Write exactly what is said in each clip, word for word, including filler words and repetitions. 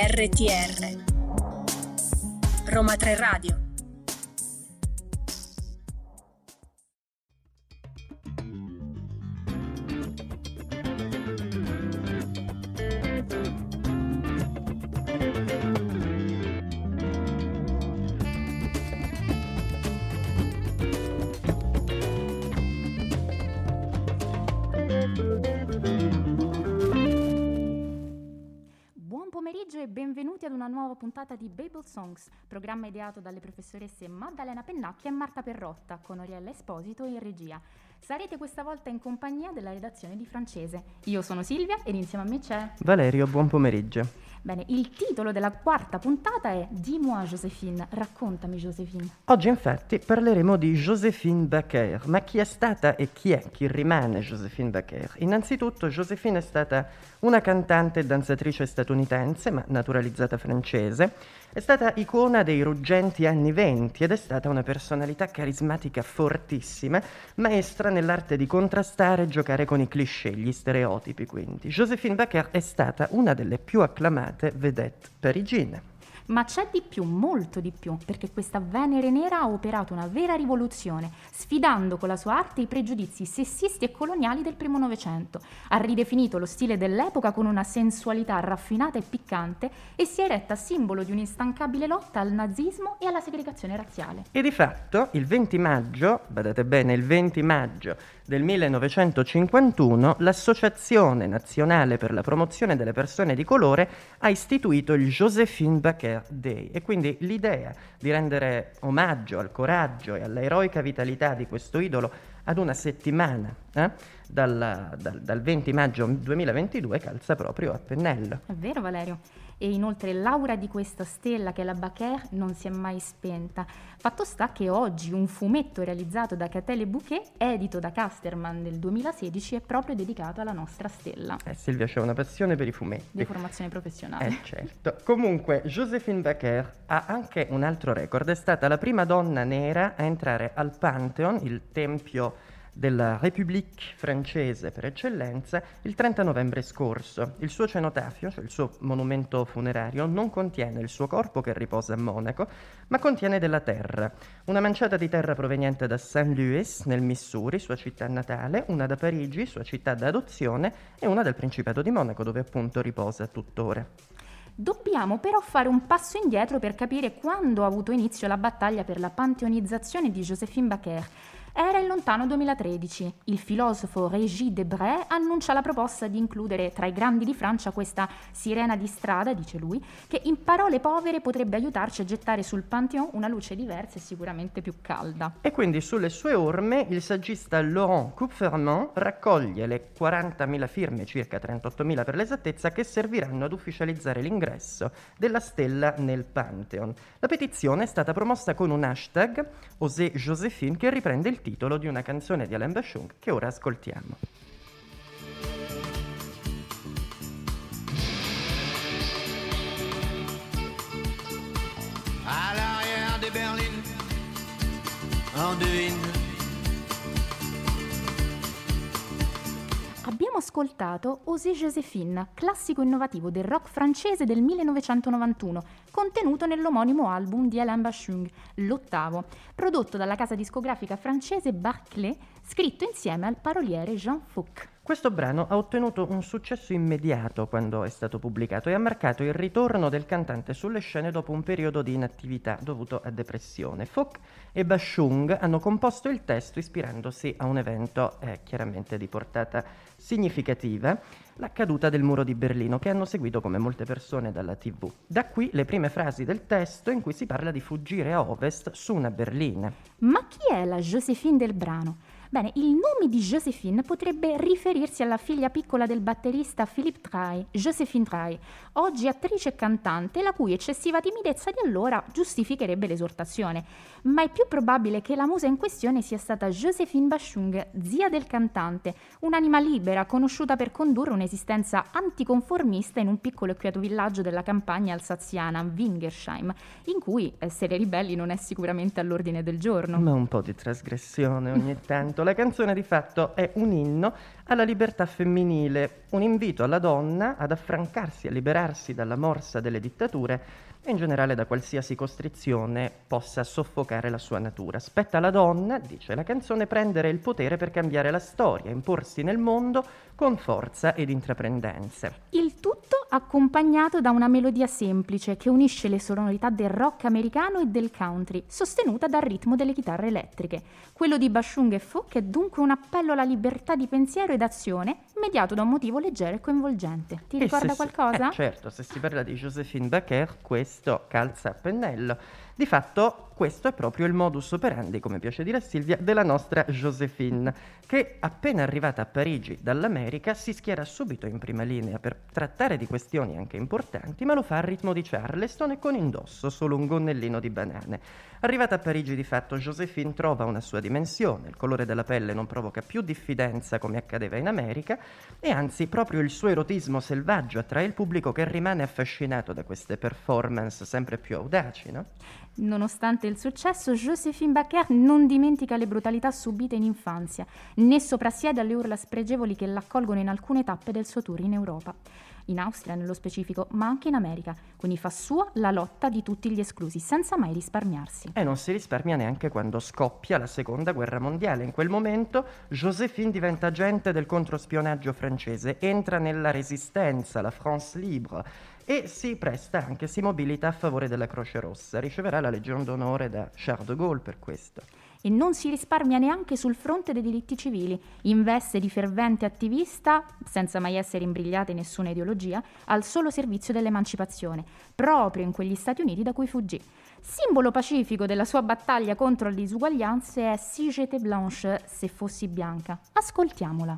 R T R Roma tre Radio. E benvenuti ad una nuova puntata di Babel Songs, programma ideato dalle professoresse Maddalena Pennacchia e Marta Perrotta, con Oriella Esposito in regia. Sarete questa volta in compagnia della redazione di Francese. Io sono Silvia ed insieme a me c'è Valerio. Buon pomeriggio. Bene, il titolo della quarta puntata è Dis-moi Joséphine, raccontami Joséphine. Oggi infatti parleremo di Joséphine Baker, ma chi è stata e chi è, chi rimane Joséphine Baker? Innanzitutto Joséphine è stata una cantante e danzatrice statunitense, ma naturalizzata francese, è stata icona dei ruggenti anni venti ed è stata una personalità carismatica fortissima, maestra nell'arte di contrastare e giocare con i cliché, gli stereotipi quindi. Joséphine Baker è stata una delle più acclamate vedette parigine. Ma c'è di più, molto di più, perché questa Venere nera ha operato una vera rivoluzione, sfidando con la sua arte i pregiudizi sessisti e coloniali del primo Novecento. Ha ridefinito lo stile dell'epoca con una sensualità raffinata e piccante e si è eretta simbolo di un'instancabile lotta al nazismo e alla segregazione razziale. E di fatto il venti maggio, badate bene, il venti maggio del millenovecentocinquantuno, l'Associazione Nazionale per la Promozione delle Persone di Colore ha istituito il Joséphine Baker Day, e quindi l'idea di rendere omaggio al coraggio e all'eroica vitalità di questo idolo ad una settimana eh, dal, dal, dal venti maggio duemilaventidue calza proprio a pennello. È vero, Valerio? E inoltre l'aura di questa stella che è la Baker non si è mai spenta. Fatto sta che oggi un fumetto realizzato da Catel Bouquet, edito da Casterman nel duemilasedici, è proprio dedicato alla nostra stella. Eh, Silvia c'è una passione per i fumetti. Di formazione professionale. Eh certo. Comunque Joséphine Baker ha anche un altro record, è stata la prima donna nera a entrare al Pantheon, il tempio della République francese per eccellenza, il trenta novembre scorso. Il suo cenotafio, cioè il suo monumento funerario, non contiene il suo corpo che riposa a Monaco, ma contiene della terra. Una manciata di terra proveniente da Saint Louis, nel Missouri, sua città natale, una da Parigi, sua città d'adozione, e una del Principato di Monaco, dove appunto riposa tuttora. Dobbiamo però fare un passo indietro per capire quando ha avuto inizio la battaglia per la panteonizzazione di Joséphine Baker. Era il lontano duemilatredici. Il filosofo Régis Debray annuncia la proposta di includere tra i grandi di Francia questa sirena di strada, dice lui, che in parole povere potrebbe aiutarci a gettare sul Pantheon una luce diversa e sicuramente più calda. E quindi sulle sue orme il saggista Laurent Couperman raccoglie le quarantamila firme, circa trentottomila per l'esattezza, che serviranno ad ufficializzare l'ingresso della stella nel Pantheon. La petizione è stata promossa con un hashtag Osez Joséphine che riprende il titolo di una canzone di Alain Bashung che ora ascoltiamo. À l'arrière des berlines, en devine. Abbiamo ascoltato Osez Joséphine, classico innovativo del rock francese del millenovecentonovantuno, contenuto nell'omonimo album di Alain Bashung, l'ottavo, prodotto dalla casa discografica francese Barclay, scritto insieme al paroliere Jean Fouque. Questo brano ha ottenuto un successo immediato quando è stato pubblicato e ha marcato il ritorno del cantante sulle scene dopo un periodo di inattività dovuto a depressione. Fouque e Bashung hanno composto il testo ispirandosi a un evento eh, chiaramente di portata significativa, la caduta del muro di Berlino, che hanno seguito come molte persone dalla tivù. Da qui le prime frasi del testo in cui si parla di fuggire a ovest su una berlina. Ma chi è la Joséphine del brano? Bene, il nome di Joséphine potrebbe riferirsi alla figlia piccola del batterista Philippe Drey, Joséphine Drey, oggi attrice e cantante, la cui eccessiva timidezza di allora giustificherebbe l'esortazione. Ma è più probabile che la musa in questione sia stata Joséphine Bashung, zia del cantante, un'anima libera conosciuta per condurre un'esistenza anticonformista in un piccolo e quieto villaggio della campagna alsaziana, Wingersheim, in cui essere ribelli non è sicuramente all'ordine del giorno. Ma un po' di trasgressione ogni tanto. La canzone di fatto è un inno alla libertà femminile, un invito alla donna ad affrancarsi, a liberarsi dalla morsa delle dittature e in generale da qualsiasi costrizione possa soffocare la sua natura. Spetta alla donna, dice la canzone, prendere il potere per cambiare la storia, imporsi nel mondo con forza ed intraprendenza. Il tutto accompagnato da una melodia semplice che unisce le sonorità del rock americano e del country, sostenuta dal ritmo delle chitarre elettriche. Quello di Bashung e Folk è dunque un appello alla libertà di pensiero ed azione, mediato da un motivo leggero e coinvolgente. Ti E ricorda se si- qualcosa? eh, certo, se si parla di Joséphine Baker, questo calza a pennello. Di fatto, questo è proprio il modus operandi, come piace dire a Silvia, della nostra Joséphine, che appena arrivata a Parigi dall'America si schiera subito in prima linea per trattare di questioni anche importanti, ma lo fa a ritmo di Charleston e con indosso solo un gonnellino di banane. Arrivata a Parigi, di fatto, Joséphine trova una sua dimensione, il colore della pelle non provoca più diffidenza come accadeva in America e anzi proprio il suo erotismo selvaggio attrae il pubblico che rimane affascinato da queste performance sempre più audaci, no? Nonostante il successo, Joséphine Baker non dimentica le brutalità subite in infanzia, né soprassiede alle urla spregevoli che l'accolgono in alcune tappe del suo tour in Europa, in Austria nello specifico, ma anche in America, quindi fa sua la lotta di tutti gli esclusi, senza mai risparmiarsi. E non si risparmia neanche quando scoppia la seconda guerra mondiale. In quel momento Joséphine diventa agente del controspionaggio francese, entra nella resistenza, la France Libre, e si presta anche, si mobilita a favore della Croce Rossa. Riceverà la Legion d'Onore da Charles de Gaulle per questo. E non si risparmia neanche sul fronte dei diritti civili, in veste di fervente attivista, senza mai essere imbrigliata in nessuna ideologia, al solo servizio dell'emancipazione, proprio in quegli Stati Uniti da cui fuggì. Simbolo pacifico della sua battaglia contro le disuguaglianze è Si j'étais blanche, se fossi bianca. Ascoltiamola.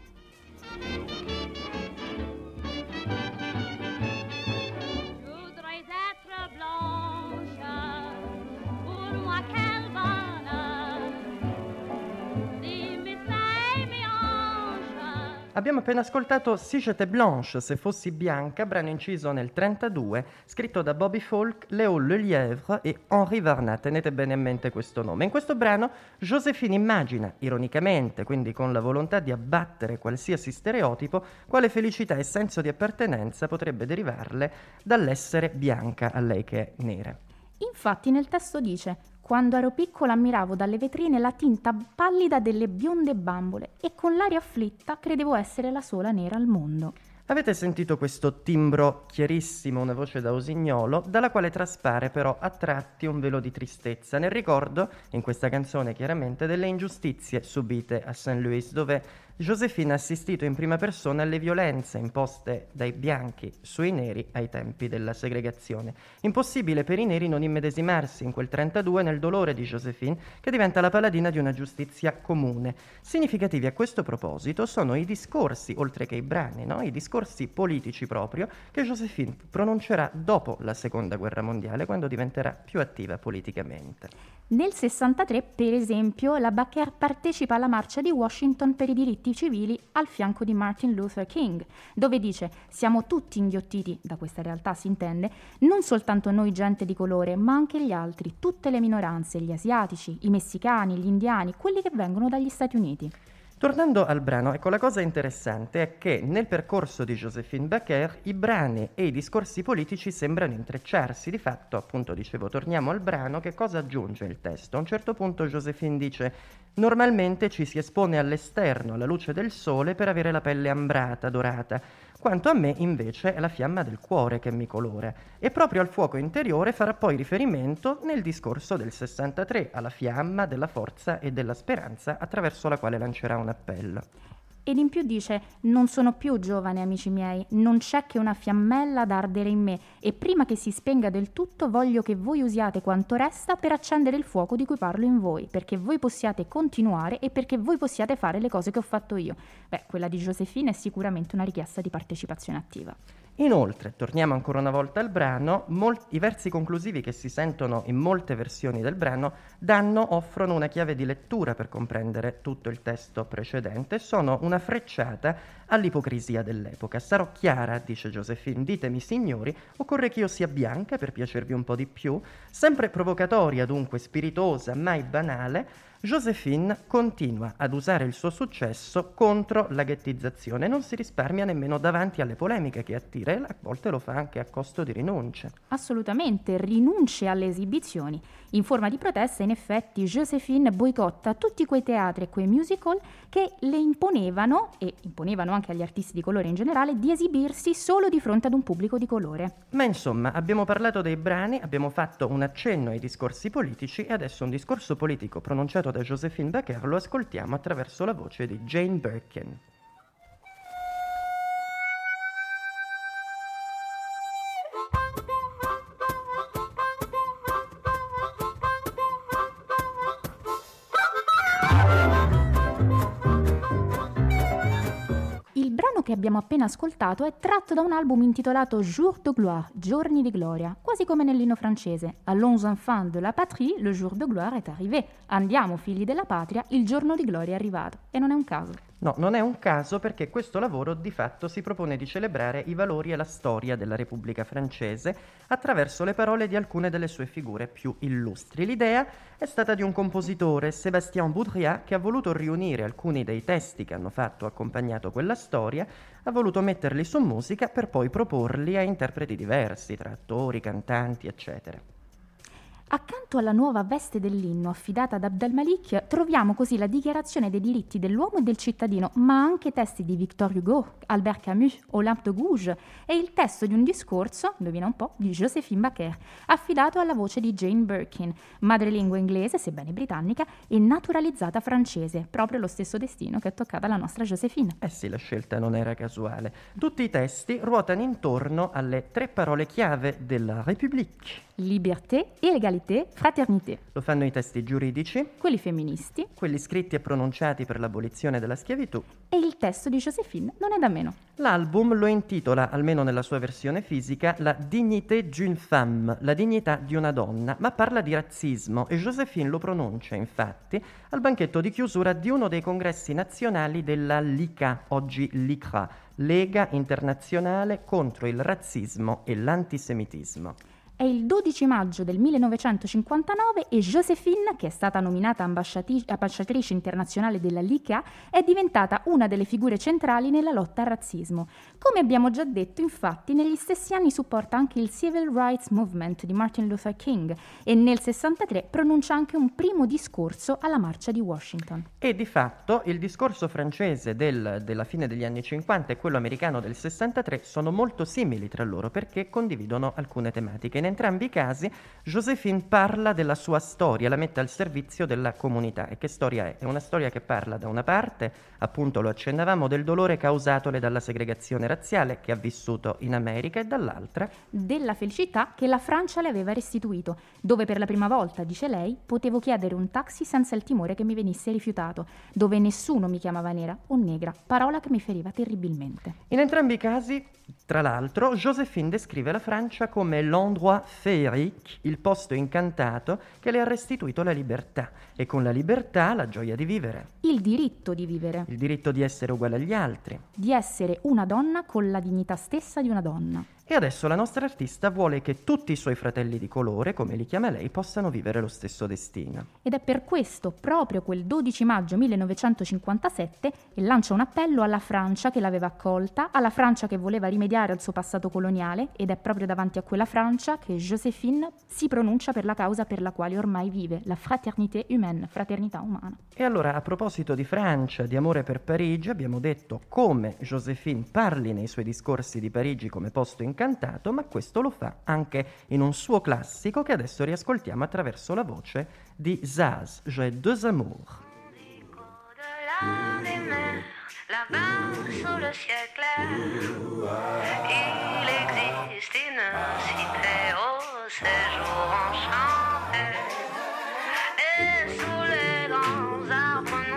Abbiamo appena ascoltato Si j'étais blanche, se fossi bianca, brano inciso nel trentadue, scritto da Bobby Folk, Léo Lelièvre e Henri Varnat. Tenete bene a mente questo nome. In questo brano Joséphine immagina, ironicamente, quindi con la volontà di abbattere qualsiasi stereotipo, quale felicità e senso di appartenenza potrebbe derivarle dall'essere bianca a lei che è nera. Infatti nel testo dice: quando ero piccola ammiravo dalle vetrine la tinta pallida delle bionde bambole e con l'aria afflitta credevo essere la sola nera al mondo. Avete sentito questo timbro chiarissimo, una voce da usignolo, dalla quale traspare però a tratti un velo di tristezza, nel ricordo, in questa canzone chiaramente, delle ingiustizie subite a Saint Louis, dove Joséphine ha assistito in prima persona alle violenze imposte dai bianchi sui neri ai tempi della segregazione. Impossibile per i neri non immedesimarsi in quel trentadue nel dolore di Joséphine, che diventa la paladina di una giustizia comune. Significativi a questo proposito sono i discorsi, oltre che i brani, no? I discorsi politici proprio, che Joséphine pronuncerà dopo la Seconda Guerra Mondiale, quando diventerà più attiva politicamente. Nel sessantatré, per esempio, la Baker partecipa alla marcia di Washington per i diritti civili al fianco di Martin Luther King, dove dice: siamo tutti inghiottiti, da questa realtà si intende, non soltanto noi gente di colore, ma anche gli altri, tutte le minoranze, gli asiatici, i messicani, gli indiani, quelli che vengono dagli Stati Uniti. Tornando al brano, ecco, la cosa interessante è che nel percorso di Joséphine Baker i brani e i discorsi politici sembrano intrecciarsi. Di fatto, appunto, dicevo, torniamo al brano, che cosa aggiunge il testo? A un certo punto Joséphine dice: normalmente ci si espone all'esterno, alla luce del sole, per avere la pelle ambrata, dorata. Quanto a me, invece, è la fiamma del cuore che mi colora. E proprio al fuoco interiore farà poi riferimento nel discorso del sessantatré, alla fiamma della forza e della speranza attraverso la quale lancerà un appello. Ed in più dice: non sono più giovane, amici miei, non c'è che una fiammella da ardere in me, e prima che si spenga del tutto voglio che voi usiate quanto resta per accendere il fuoco di cui parlo in voi, perché voi possiate continuare e perché voi possiate fare le cose che ho fatto io. Beh, quella di Joséphine è sicuramente una richiesta di partecipazione attiva. Inoltre, torniamo ancora una volta al brano, mol- i versi conclusivi che si sentono in molte versioni del brano danno, offrono una chiave di lettura per comprendere tutto il testo precedente, sono una frecciata all'ipocrisia dell'epoca. Sarò chiara, dice Joséphine, ditemi signori, occorre che io sia bianca per piacervi un po' di più. Sempre provocatoria, dunque spiritosa, mai banale, Joséphine continua ad usare il suo successo contro la ghettizzazione, non si risparmia nemmeno davanti alle polemiche che attira e a volte lo fa anche a costo di rinunce. Assolutamente, rinunce alle esibizioni. In forma di protesta, in effetti, Joséphine boicotta tutti quei teatri e quei musical che le imponevano, e imponevano anche agli artisti di colore in generale, di esibirsi solo di fronte ad un pubblico di colore. Ma insomma, abbiamo parlato dei brani, abbiamo fatto un accenno ai discorsi politici e adesso un discorso politico pronunciato da Joséphine Baker lo ascoltiamo attraverso la voce di Jane Birkin. Il brano che abbiamo appena ascoltato è tratto da un album intitolato Jour de gloire, Giorni di gloria, quasi come nell'inno francese. Allons enfants de la patrie, le jour de gloire est arrivé. Andiamo figli della patria, il giorno di gloria è arrivato. E non è un caso. No, non è un caso perché questo lavoro di fatto si propone di celebrare i valori e la storia della Repubblica francese attraverso le parole di alcune delle sue figure più illustri. L'idea è stata di un compositore, Sébastien Boudriat, che ha voluto riunire alcuni dei testi che hanno fatto accompagnato quella storia, ha voluto metterli su musica per poi proporli a interpreti diversi, tra attori, cantanti, eccetera. Accanto alla nuova veste dell'inno affidata ad Abd al-Malik troviamo così la dichiarazione dei diritti dell'uomo e del cittadino, ma anche testi di Victor Hugo, Albert Camus, Olympe de Gouges e il testo di un discorso, indovina un po', di Joséphine Baker, affidato alla voce di Jane Birkin, madrelingua inglese, sebbene britannica, e naturalizzata francese, proprio lo stesso destino che è toccata alla nostra Joséphine. Eh sì, la scelta non era casuale. Tutti i testi ruotano intorno alle tre parole chiave della République. Liberté, égalité, fraternité. Lo fanno i testi giuridici, Quelli femministi quelli scritti e pronunciati per l'abolizione della schiavitù. e il testo di Joséphine non è da meno. L'album lo intitola, almeno nella sua versione fisica, La dignité d'une femme, la dignità di una donna, ma parla di razzismo e Joséphine lo pronuncia infatti al banchetto di chiusura di uno dei congressi nazionali della L I C A, oggi L I C R A, Lega Internazionale contro il Razzismo e l'Antisemitismo. È il dodici maggio del millenovecentocinquantanove e Joséphine, che è stata nominata ambasciati- ambasciatrice internazionale della L I C A, è diventata una delle figure centrali nella lotta al razzismo. Come abbiamo già detto, infatti, negli stessi anni supporta anche il Civil Rights Movement di Martin Luther King e nel sessantatré pronuncia anche un primo discorso alla marcia di Washington. E di fatto il discorso francese del- della fine degli anni cinquanta e quello americano del sessantatré sono molto simili tra loro perché condividono alcune tematiche. In entrambi i casi Joséphine parla della sua storia, la mette al servizio della comunità. E che storia è? È una storia che parla da una parte, appunto lo accennavamo, del dolore causatole dalla segregazione razziale che ha vissuto in America e dall'altra Della felicità che la Francia le aveva restituito, dove per la prima volta, dice lei, potevo chiedere un taxi senza il timore che mi venisse rifiutato, dove nessuno mi chiamava nera o negra, parola che mi feriva terribilmente. In entrambi i casi, tra l'altro, Joséphine descrive la Francia come l'endroit féerique, il posto incantato che le ha restituito la libertà e con la libertà la gioia di vivere, Il diritto di vivere, il diritto di essere uguale agli altri. di essere una donna con la dignità stessa di una donna. E adesso la nostra artista vuole che tutti i suoi fratelli di colore, come li chiama lei, possano vivere lo stesso destino. Ed è per questo, proprio quel dodici maggio millenovecentocinquantasette, che lancia un appello alla Francia che l'aveva accolta, alla Francia che voleva rimediare al suo passato coloniale, ed è proprio davanti a quella Francia che Joséphine si pronuncia per la causa per la quale ormai vive, la fraternité humaine, fraternità umana. E allora, a proposito di Francia, di amore per Parigi, abbiamo detto come Joséphine parli nei suoi discorsi di Parigi come posto incantato, ma questo lo fa anche in un suo classico che adesso riascoltiamo attraverso la voce di Zaz, J'ai deux amours. Au-delà des mers, là-bas sous le ciel clair, il existe une cité au séjour enchanté, et sous les grands arbres noirs. Quello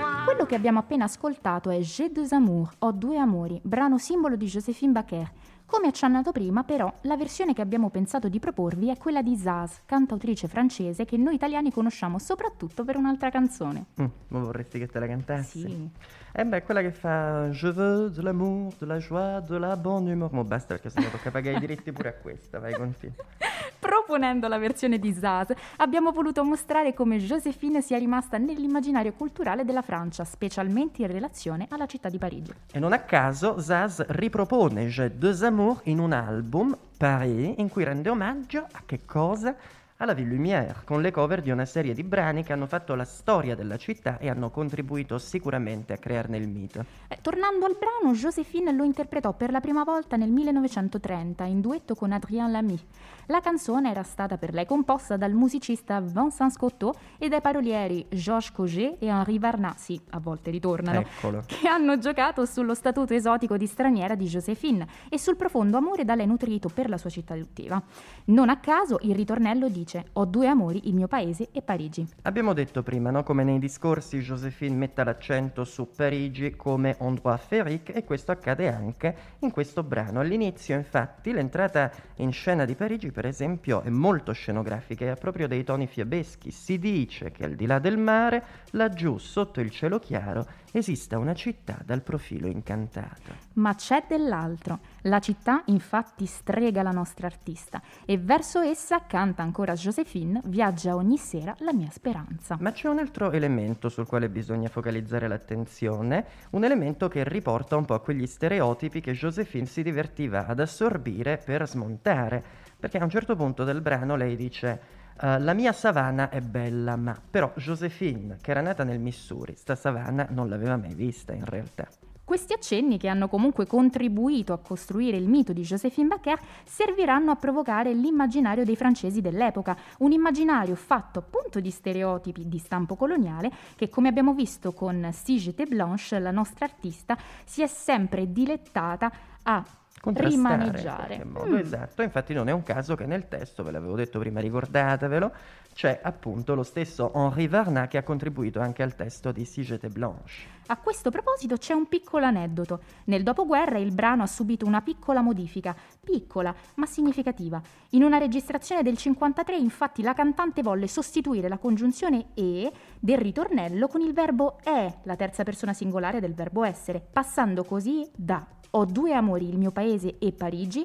che abbiamo appena ascoltato è J'ai deux amours, Ho due amori, brano simbolo di Joséphine Baker. Come accennato prima, però, la versione che abbiamo pensato di proporvi è quella di Zaz, cantautrice francese che noi italiani conosciamo soprattutto per un'altra canzone. Mm, ma vorresti che te la cantassi? Sì. Eh beh, quella che fa Je veux de l'amour, de la joie, de la bonne humeur. Mo basta perché sennò tocca pagare i diritti pure a questa, vai confini. Proponendo la versione di Zaz, abbiamo voluto mostrare come Joséphine sia rimasta nell'immaginario culturale della Francia, specialmente in relazione alla città di Parigi. E non a caso Zaz ripropone J'ai deux amours in un album, Paris, in cui rende omaggio a che cosa? Alla Ville Lumière, con le cover di una serie di brani che hanno fatto la storia della città e hanno contribuito sicuramente a crearne il mito. Eh, tornando al brano, Joséphine lo interpretò per la prima volta nel millenovecentotrenta in duetto con Adrien Lamy. La canzone era stata per lei composta dal musicista Vincent Scotto e dai parolieri Georges Cogé e Henri Varnat, sì, a volte ritornano, Eccolo. che hanno giocato sullo statuto esotico di straniera di Joséphine e sul profondo amore da lei nutrito per la sua città adottiva. Non a caso il ritornello dice Ho due amori, il mio paese e Parigi. Abbiamo detto prima, no? Come nei discorsi Joséphine metta l'accento su Parigi come endroit féerique e questo accade anche in questo brano. All'inizio, infatti, l'entrata in scena di Parigi, per esempio, è molto scenografica e ha proprio dei toni fiabeschi. Si dice che al di là del mare, laggiù sotto il cielo chiaro, esista una città dal profilo incantato. Ma c'è dell'altro. La città infatti strega la nostra artista e verso essa canta ancora Joséphine, viaggia ogni sera la mia speranza. Ma c'è un altro elemento sul quale bisogna focalizzare l'attenzione, un elemento che riporta un po' a quegli stereotipi che Joséphine si divertiva ad assorbire per smontare, perché a un certo punto del brano lei dice Uh, la mia savana è bella, ma però Joséphine, che era nata nel Missouri, sta savana non l'aveva mai vista in realtà. Questi accenni, che hanno comunque contribuito a costruire il mito di Joséphine Baker, serviranno a provocare l'immaginario dei francesi dell'epoca, un immaginario fatto appunto di stereotipi di stampo coloniale che, come abbiamo visto con Si j'étais blanche, la nostra artista si è sempre dilettata a rimaneggiare. In qualche modo, Mm. esatto, infatti non è un caso che nel testo, ve l'avevo detto prima, ricordatevelo, c'è appunto lo stesso Henri Varnat che ha contribuito anche al testo di Si j'étais blanche. A questo proposito c'è un piccolo aneddoto. Nel dopoguerra il brano ha subito una piccola modifica, piccola ma significativa. In una registrazione del cinquantatré, infatti, la cantante volle sostituire la congiunzione e del ritornello con il verbo è, la terza persona singolare del verbo essere, passando così da Ho due amori, il mio paese e Parigi,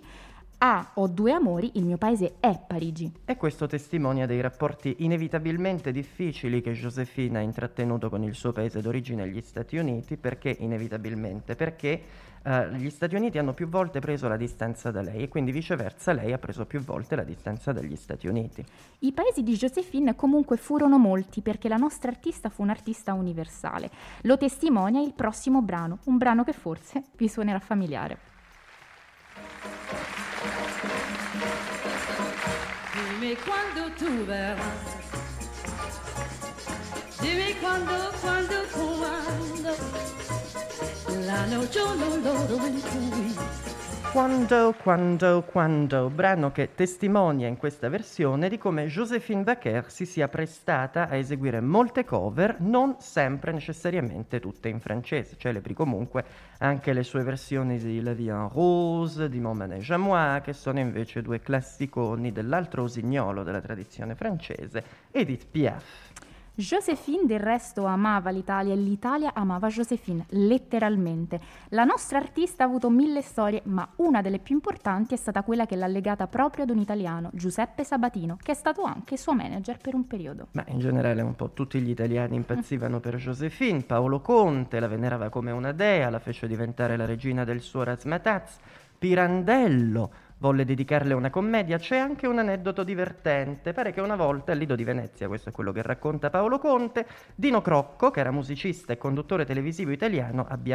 a Ho due amori, il mio paese è Parigi. E questo testimonia dei rapporti inevitabilmente difficili che Joséphine ha intrattenuto con il suo paese d'origine, gli Stati Uniti. Perché inevitabilmente? Perché uh, gli Stati Uniti hanno più volte preso la distanza da lei e quindi viceversa lei ha preso più volte la distanza dagli Stati Uniti. I paesi di Joséphine comunque furono molti, perché la nostra artista fu un'artista universale. Lo testimonia il prossimo brano, un brano che forse vi suonerà familiare. Dimmi quando tu verrai, dimmi quando, quando, quando, l'anno, giorno, l'oro in cui. Quando, quando, quando, brano che testimonia in questa versione di come Joséphine Baker si sia prestata a eseguire molte cover, non sempre necessariamente tutte in francese. Celebri comunque anche le sue versioni di La Vie en Rose, di Mon Manège à Moi, che sono invece due classiconi dell'altro usignolo della tradizione francese, Edith Piaf. Joséphine del resto amava l'Italia e l'Italia amava Joséphine, letteralmente. La nostra artista ha avuto mille storie, ma una delle più importanti è stata quella che l'ha legata proprio ad un italiano, Giuseppe Sabatino, che è stato anche suo manager per un periodo. Ma in generale un po' tutti gli italiani impazzivano per Joséphine. Paolo Conte la venerava come una dea, la fece diventare la regina del suo razzmatazz. Pirandello volle dedicarle una commedia. C'è anche un aneddoto divertente. Pare che una volta al Lido di Venezia, questo è quello che racconta Paolo Conte, Dino Crocco, che era musicista e conduttore televisivo italiano, abbia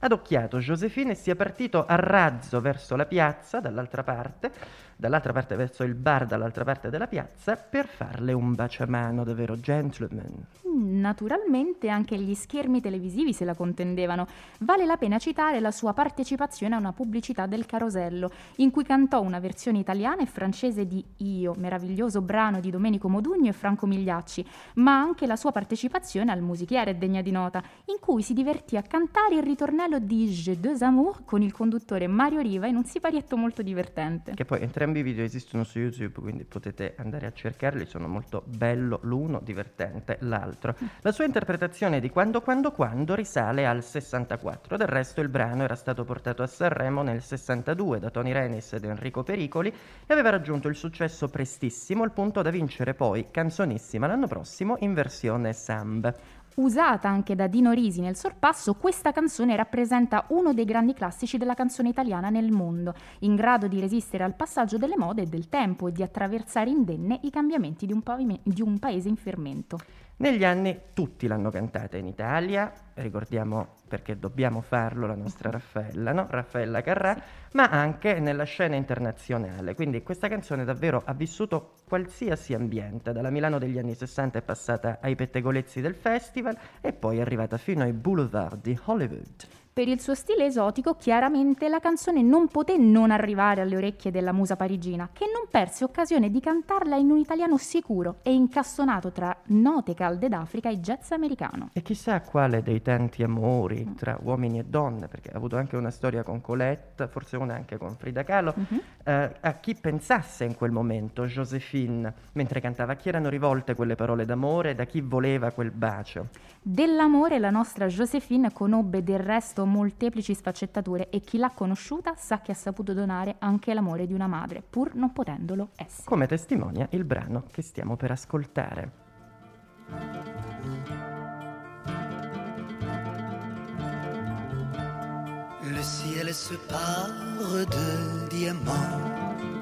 adocchiato Joséphine e sia partito a razzo verso la piazza, dall'altra parte, dall'altra parte verso il bar, dall'altra parte della piazza, per farle un baciamano da vero gentleman. Naturalmente anche gli schermi televisivi se la contendevano. Vale la pena citare la sua partecipazione a una pubblicità del Carosello, in cui cantò una versione italiana e francese di Io, meraviglioso brano di Domenico Modugno e Franco Migliacci, ma anche la sua partecipazione al Musichiere è degna di nota, in cui si divertì a cantare il ritornello di J'ai deux amours con il conduttore Mario Riva in un siparietto molto divertente. Che poi entrambi i video esistono su YouTube, quindi potete andare a cercarli, sono molto bello l'uno, divertente l'altro. La sua interpretazione di Quando Quando Quando risale al sessantaquattro, del resto il brano era stato portato a Sanremo nel sessantadue da Tony Renis ed Enrico Pericoli e aveva raggiunto il successo prestissimo al punto da vincere poi Canzonissima l'anno prossimo in versione samba. Usata anche da Dino Risi nel sorpasso, questa canzone rappresenta uno dei grandi classici della canzone italiana nel mondo, in grado di resistere al passaggio delle mode e del tempo e di attraversare indenne i cambiamenti di un, pavime- di un paese in fermento. Negli anni tutti l'hanno cantata in Italia, ricordiamo perché dobbiamo farlo la nostra Raffaella, no? Raffaella Carrà, sì. Ma anche nella scena internazionale, quindi questa canzone davvero ha vissuto qualsiasi ambiente, dalla Milano degli anni sessanta è passata ai pettegolezzi del festival e poi è arrivata fino ai boulevard di Hollywood. Per il suo stile esotico, chiaramente la canzone non poté non arrivare alle orecchie della musa parigina, che non perse occasione di cantarla in un italiano sicuro e incassonato tra note calde d'Africa e jazz americano. E chissà quale dei tanti amori tra uomini e donne, perché ha avuto anche una storia con Colette, forse una anche con Frida Kahlo, uh-huh. eh, a chi pensasse in quel momento Joséphine, mentre cantava, a chi erano rivolte quelle parole d'amore, da chi voleva quel bacio. Dell'amore la nostra Joséphine conobbe del resto molteplici sfaccettature e chi l'ha conosciuta sa che ha saputo donare anche l'amore di una madre, pur non potendolo essere. Come testimonia il brano che stiamo per ascoltare. Le ciel se pare de diamants,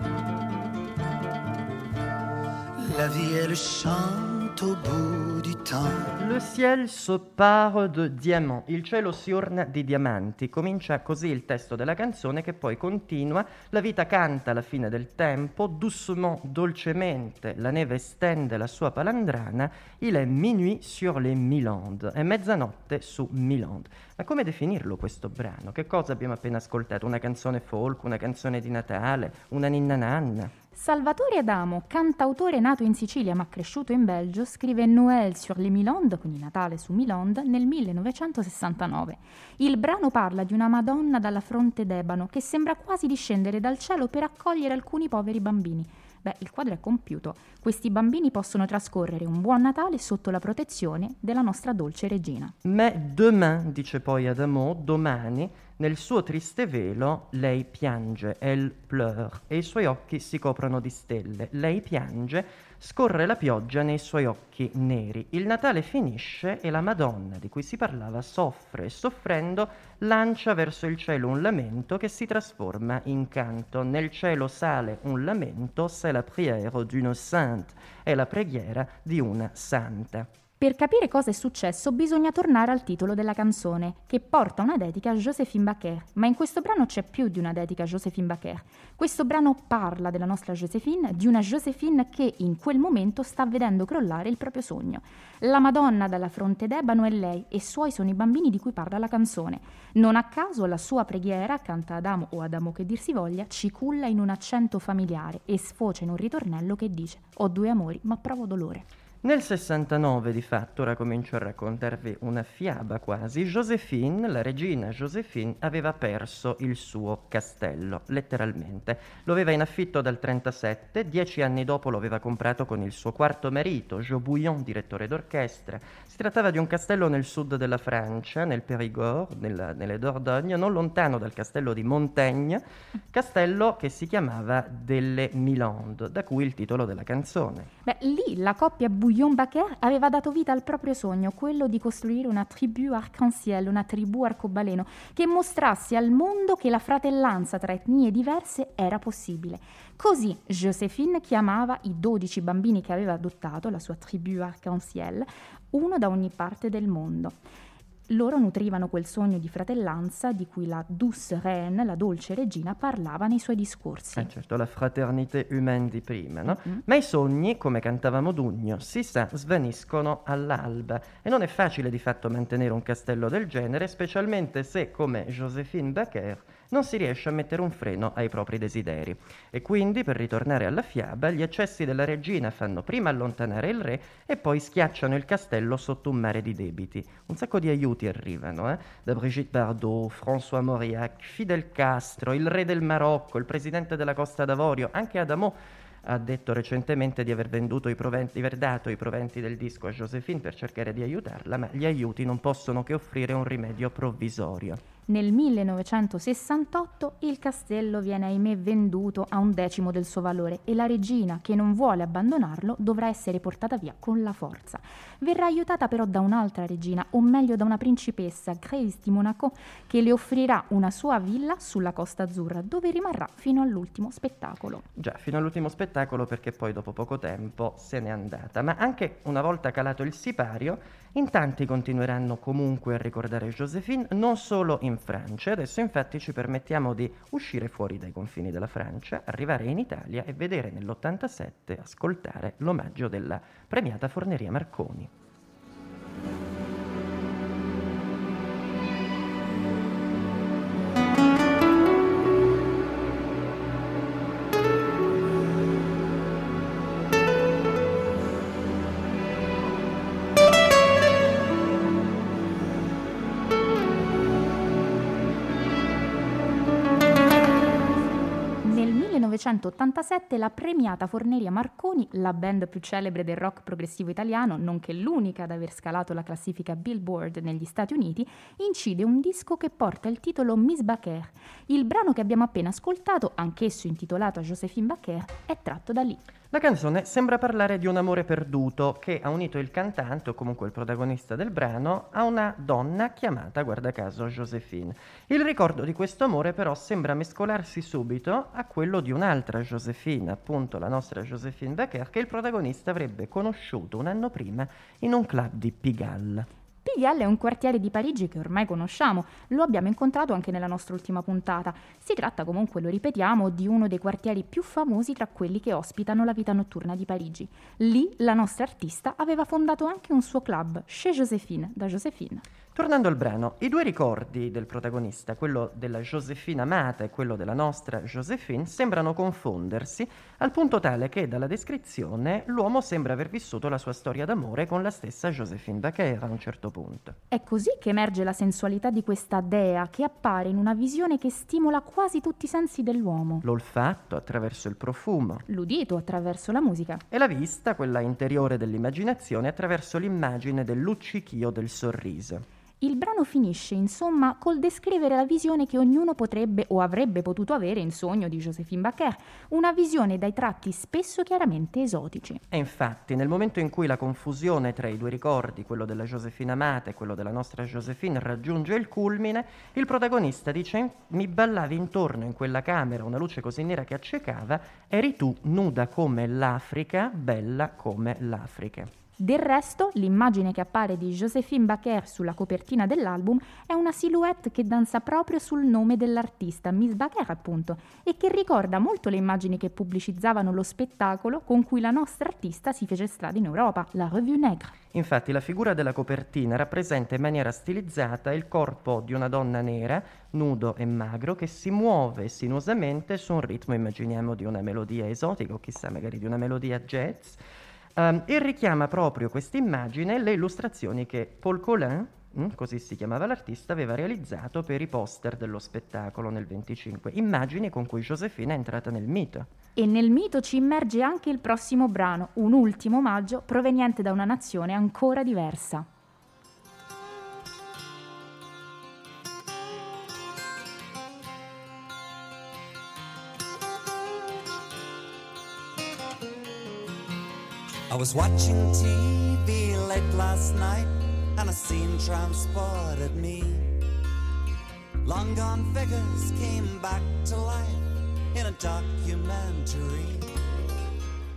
la vie elle chante au bout du temps. Le ciel se pare de diamants, il cielo si orna di diamanti. Comincia così il testo della canzone che poi continua. La vita canta alla fine del tempo, doucement, dolcemente, la neve stende la sua palandrana, il est minuit sur les Milandes, è mezzanotte su Milande. Ma come definirlo questo brano? Che cosa abbiamo appena ascoltato? Una canzone folk, una canzone di Natale, una ninna nanna? Salvatore Adamo, cantautore nato in Sicilia ma cresciuto in Belgio, scrive Noël sur les Milandes, quindi Natale su Milande, nel millenovecentosessantanove. Il brano parla di una Madonna dalla fronte d'ebano che sembra quasi discendere dal cielo per accogliere alcuni poveri bambini. Beh, il quadro è compiuto. Questi bambini possono trascorrere un buon Natale sotto la protezione della nostra dolce regina. Mais demain, dice poi Adamo, domani, nel suo triste velo, lei piange, elle pleure, e i suoi occhi si coprono di stelle. Lei piange, scorre la pioggia nei suoi occhi neri. Il Natale finisce e la Madonna di cui si parlava soffre e soffrendo lancia verso il cielo un lamento che si trasforma in canto. Nel cielo sale un lamento, c'est la prière d'une sainte, è la preghiera di una santa. Per capire cosa è successo bisogna tornare al titolo della canzone, che porta una dedica a Joséphine Baker, ma in questo brano c'è più di una dedica a Joséphine Baker. Questo brano parla della nostra Joséphine, di una Joséphine che in quel momento sta vedendo crollare il proprio sogno. La Madonna dalla fronte d'ebano è lei e suoi sono i bambini di cui parla la canzone. Non a caso la sua preghiera, canta Adamo o Adamo che dir si voglia, ci culla in un accento familiare e sfocia in un ritornello che dice «Ho due amori ma provo dolore». Nel sessantanove, di fatto, ora comincio a raccontarvi una fiaba quasi, Joséphine, la regina Joséphine, aveva perso il suo castello, letteralmente. Lo aveva in affitto dal trentasette, dieci anni dopo lo aveva comprato con il suo quarto marito, Jo Bouillon, direttore d'orchestra. Si trattava di un castello nel sud della Francia, nel Périgord, nella, nelle Dordogne, non lontano dal castello di Montaigne, castello che si chiamava delle Milandes, da cui il titolo della canzone. Beh, lì la coppia Bouillon-Baker aveva dato vita al proprio sogno, quello di costruire una tribù arc-en-ciel, una tribù arcobaleno, che mostrasse al mondo che la fratellanza tra etnie diverse era possibile. Così Joséphine chiamava i dodici bambini che aveva adottato, la sua tribù arc-en-ciel, uno da ogni parte del mondo. Loro nutrivano quel sogno di fratellanza di cui la douce reine, la dolce regina, parlava nei suoi discorsi. Eh certo, la fraternité humaine di prima, no? Mm-hmm. Ma i sogni, come cantava Modugno, si sa, svaniscono all'alba e non è facile di fatto mantenere un castello del genere, specialmente se, come Joséphine Baker, non si riesce a mettere un freno ai propri desideri. E quindi, per ritornare alla fiaba, gli eccessi della regina fanno prima allontanare il re e poi schiacciano il castello sotto un mare di debiti. Un sacco di aiuti arrivano, eh? Da Brigitte Bardot, François Mauriac, Fidel Castro, il re del Marocco, il presidente della Costa d'Avorio, anche Adamo ha detto recentemente di aver venduto i proventi, di aver dato i proventi del disco a Joséphine per cercare di aiutarla, ma gli aiuti non possono che offrire un rimedio provvisorio. Nel millenovecentosessantotto il castello viene ahimè venduto a un decimo del suo valore e la regina, che non vuole abbandonarlo, dovrà essere portata via con la forza. Verrà aiutata però da un'altra regina, o meglio da una principessa, Grace di Monaco, che le offrirà una sua villa sulla Costa Azzurra, dove rimarrà fino all'ultimo spettacolo. Già, fino all'ultimo spettacolo, perché poi dopo poco tempo se n'è andata. Ma anche una volta calato il sipario, in tanti continueranno comunque a ricordare Joséphine, non solo in Francia. Adesso infatti ci permettiamo di uscire fuori dai confini della Francia, arrivare in Italia e vedere nell'ottantasette, ascoltare l'omaggio della premiata Forneria Marconi. millenovecentottantasette la premiata Forneria Marconi, la band più celebre del rock progressivo italiano, nonché l'unica ad aver scalato la classifica Billboard negli Stati Uniti, incide un disco che porta il titolo Miss Baker. Il brano che abbiamo appena ascoltato, anch'esso intitolato a Joséphine Baker, è tratto da lì. La canzone sembra parlare di un amore perduto che ha unito il cantante, o comunque il protagonista del brano, a una donna chiamata, guarda caso, Joséphine. Il ricordo di questo amore però sembra mescolarsi subito a quello di un'altra Joséphine, appunto la nostra Joséphine Baker, che il protagonista avrebbe conosciuto un anno prima in un club di Pigalle. Pigalle è un quartiere di Parigi che ormai conosciamo, lo abbiamo incontrato anche nella nostra ultima puntata. Si tratta comunque, lo ripetiamo, di uno dei quartieri più famosi tra quelli che ospitano la vita notturna di Parigi. Lì la nostra artista aveva fondato anche un suo club, Chez Joséphine, da Joséphine. Tornando al brano, i due ricordi del protagonista, quello della Joséphine amata e quello della nostra Joséphine, sembrano confondersi al punto tale che dalla descrizione l'uomo sembra aver vissuto la sua storia d'amore con la stessa Joséphine Baker a un certo punto. È così che emerge la sensualità di questa dea che appare in una visione che stimola quasi tutti i sensi dell'uomo. L'olfatto attraverso il profumo, l'udito attraverso la musica e la vista, quella interiore dell'immaginazione, attraverso l'immagine del luccichio del sorriso. Il brano finisce, insomma, col descrivere la visione che ognuno potrebbe o avrebbe potuto avere in sogno di Joséphine Baker, una visione dai tratti spesso chiaramente esotici. E infatti, nel momento in cui la confusione tra i due ricordi, quello della Joséphine amata e quello della nostra Joséphine, raggiunge il culmine, il protagonista dice: mi ballavi intorno in quella camera una luce così nera che accecava, eri tu nuda come l'Africa, bella come l'Africa. Del resto, l'immagine che appare di Joséphine Baker sulla copertina dell'album è una silhouette che danza proprio sul nome dell'artista, Miss Baker appunto, e che ricorda molto le immagini che pubblicizzavano lo spettacolo con cui la nostra artista si fece strada in Europa, la Revue Nègre. Infatti la figura della copertina rappresenta in maniera stilizzata il corpo di una donna nera, nudo e magro, che si muove sinuosamente su un ritmo, immaginiamo, di una melodia esotica o chissà magari di una melodia jazz. Um, e richiama proprio questa immagine le illustrazioni che Paul Colin, mm, così si chiamava l'artista, aveva realizzato per i poster dello spettacolo nel venticinque, immagini con cui Joséphine è entrata nel mito. E nel mito ci immerge anche il prossimo brano, un ultimo omaggio proveniente da una nazione ancora diversa. I was watching T V late last night and a scene transported me. Long gone figures came back to life in a documentary.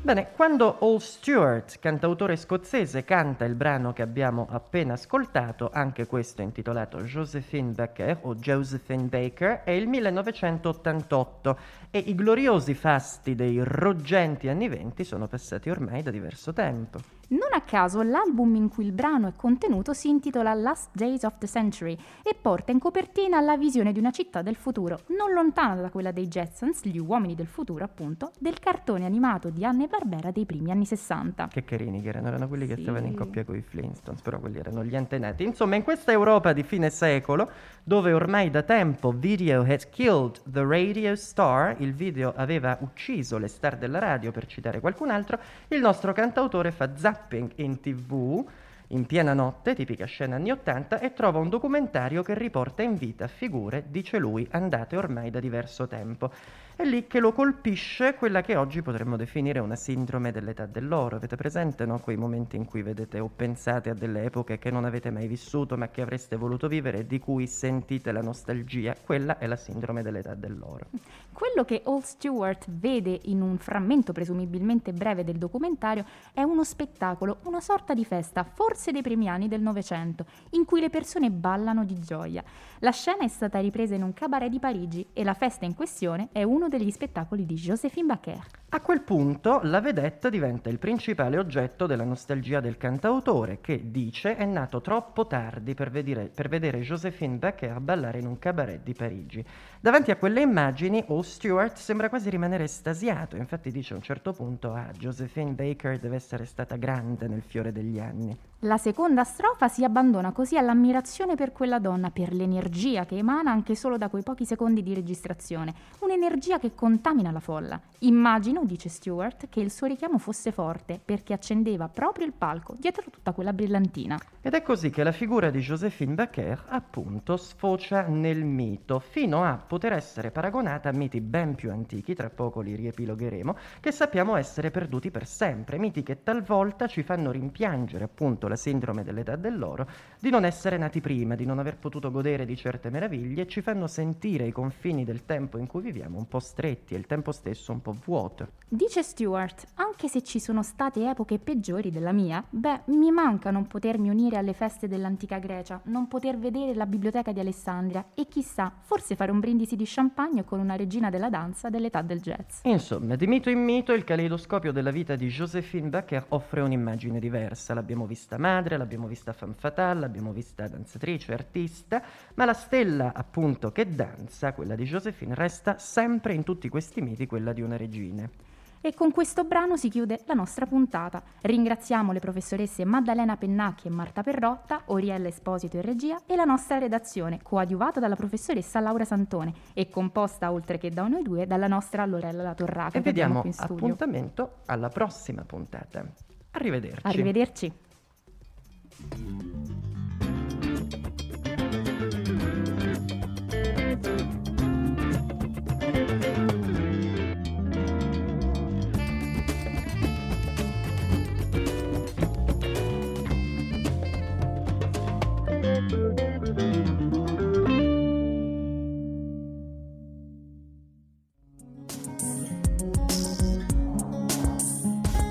Bene, quando Al Stewart, cantautore scozzese, canta il brano che abbiamo appena ascoltato, anche questo intitolato Joséphine Baker o Josephine Baker, è il millenovecentottantotto e i gloriosi fasti dei ruggenti anni venti sono passati ormai da diverso tempo. Non a caso l'album in cui il brano è contenuto si intitola Last Days of the Century e porta in copertina la visione di una città del futuro, non lontana da quella dei Jetsons, gli uomini del futuro appunto, del cartone animato di Hanna-Barbera dei primi anni sessanta. Che carini che erano, erano quelli che Sì. stavano in coppia con i Flintstones, però quelli erano gli antenati. Insomma, in questa Europa di fine secolo, dove ormai da tempo Video had killed the radio star, il video aveva ucciso le star della radio, per citare qualcun altro, il nostro cantautore fa zapping in tv in piena notte, tipica scena anni ottanta, e trova un documentario che riporta in vita figure, dice lui, andate ormai da diverso tempo. È lì che lo colpisce quella che oggi potremmo definire una sindrome dell'età dell'oro. Avete presente, no? Quei momenti in cui vedete o pensate a delle epoche che non avete mai vissuto ma che avreste voluto vivere e di cui sentite la nostalgia? Quella è la sindrome dell'età dell'oro. Quello che Al Stewart vede in un frammento presumibilmente breve del documentario è uno spettacolo, una sorta di festa, forse dei primi anni del Novecento, in cui le persone ballano di gioia. La scena è stata ripresa in un cabaret di Parigi e la festa in questione è uno degli spettacoli di Joséphine Baker. A quel punto la vedetta diventa il principale oggetto della nostalgia del cantautore, che dice è nato troppo tardi per vedere, per vedere Joséphine Baker ballare in un cabaret di Parigi. Davanti a quelle immagini Al Stewart sembra quasi rimanere estasiato, infatti dice a un certo punto ah, Joséphine Baker deve essere stata grande nel fiore degli anni. La seconda strofa si abbandona così all'ammirazione per quella donna, per l'energia che emana anche solo da quei pochi secondi di registrazione, un'energia che contamina la folla. Immagino, dice Stewart, che il suo richiamo fosse forte perché accendeva proprio il palco dietro tutta quella brillantina. Ed è così che la figura di Joséphine Baker appunto sfocia nel mito, fino a poter essere paragonata a miti ben più antichi, tra poco li riepilogheremo, che sappiamo essere perduti per sempre, miti che talvolta ci fanno rimpiangere appunto la sindrome dell'età dell'oro, di non essere nati prima, di non aver potuto godere di certe meraviglie, ci fanno sentire i confini del tempo in cui viviamo un po' stretti e il tempo stesso un po' vuoto. Dice Stewart, anche se ci sono state epoche peggiori della mia, beh, mi manca non potermi unire alle feste dell'antica Grecia, non poter vedere la biblioteca di Alessandria e chissà, forse fare un brindisi di champagne con una regina della danza dell'età del jazz. Insomma, di mito in mito il caleidoscopio della vita di Joséphine Baker offre un'immagine diversa. L'abbiamo vista madre, l'abbiamo vista femme fatale, l'abbiamo vista danzatrice, artista, ma la stella appunto che danza, quella di Joséphine, resta sempre in tutti questi miti quella di una regina. E con questo brano si chiude la nostra puntata. Ringraziamo le professoresse Maddalena Pennacchi e Marta Perrotta, Oriella Esposito in regia e la nostra redazione, coadiuvata dalla professoressa Laura Santone e composta, oltre che da noi due, dalla nostra Lorella La Torraca. E che abbiamo vediamo qui in studio. appuntamento alla prossima puntata. Arrivederci. Arrivederci.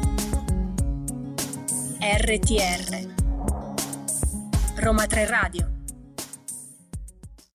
R T R Roma tre Radio.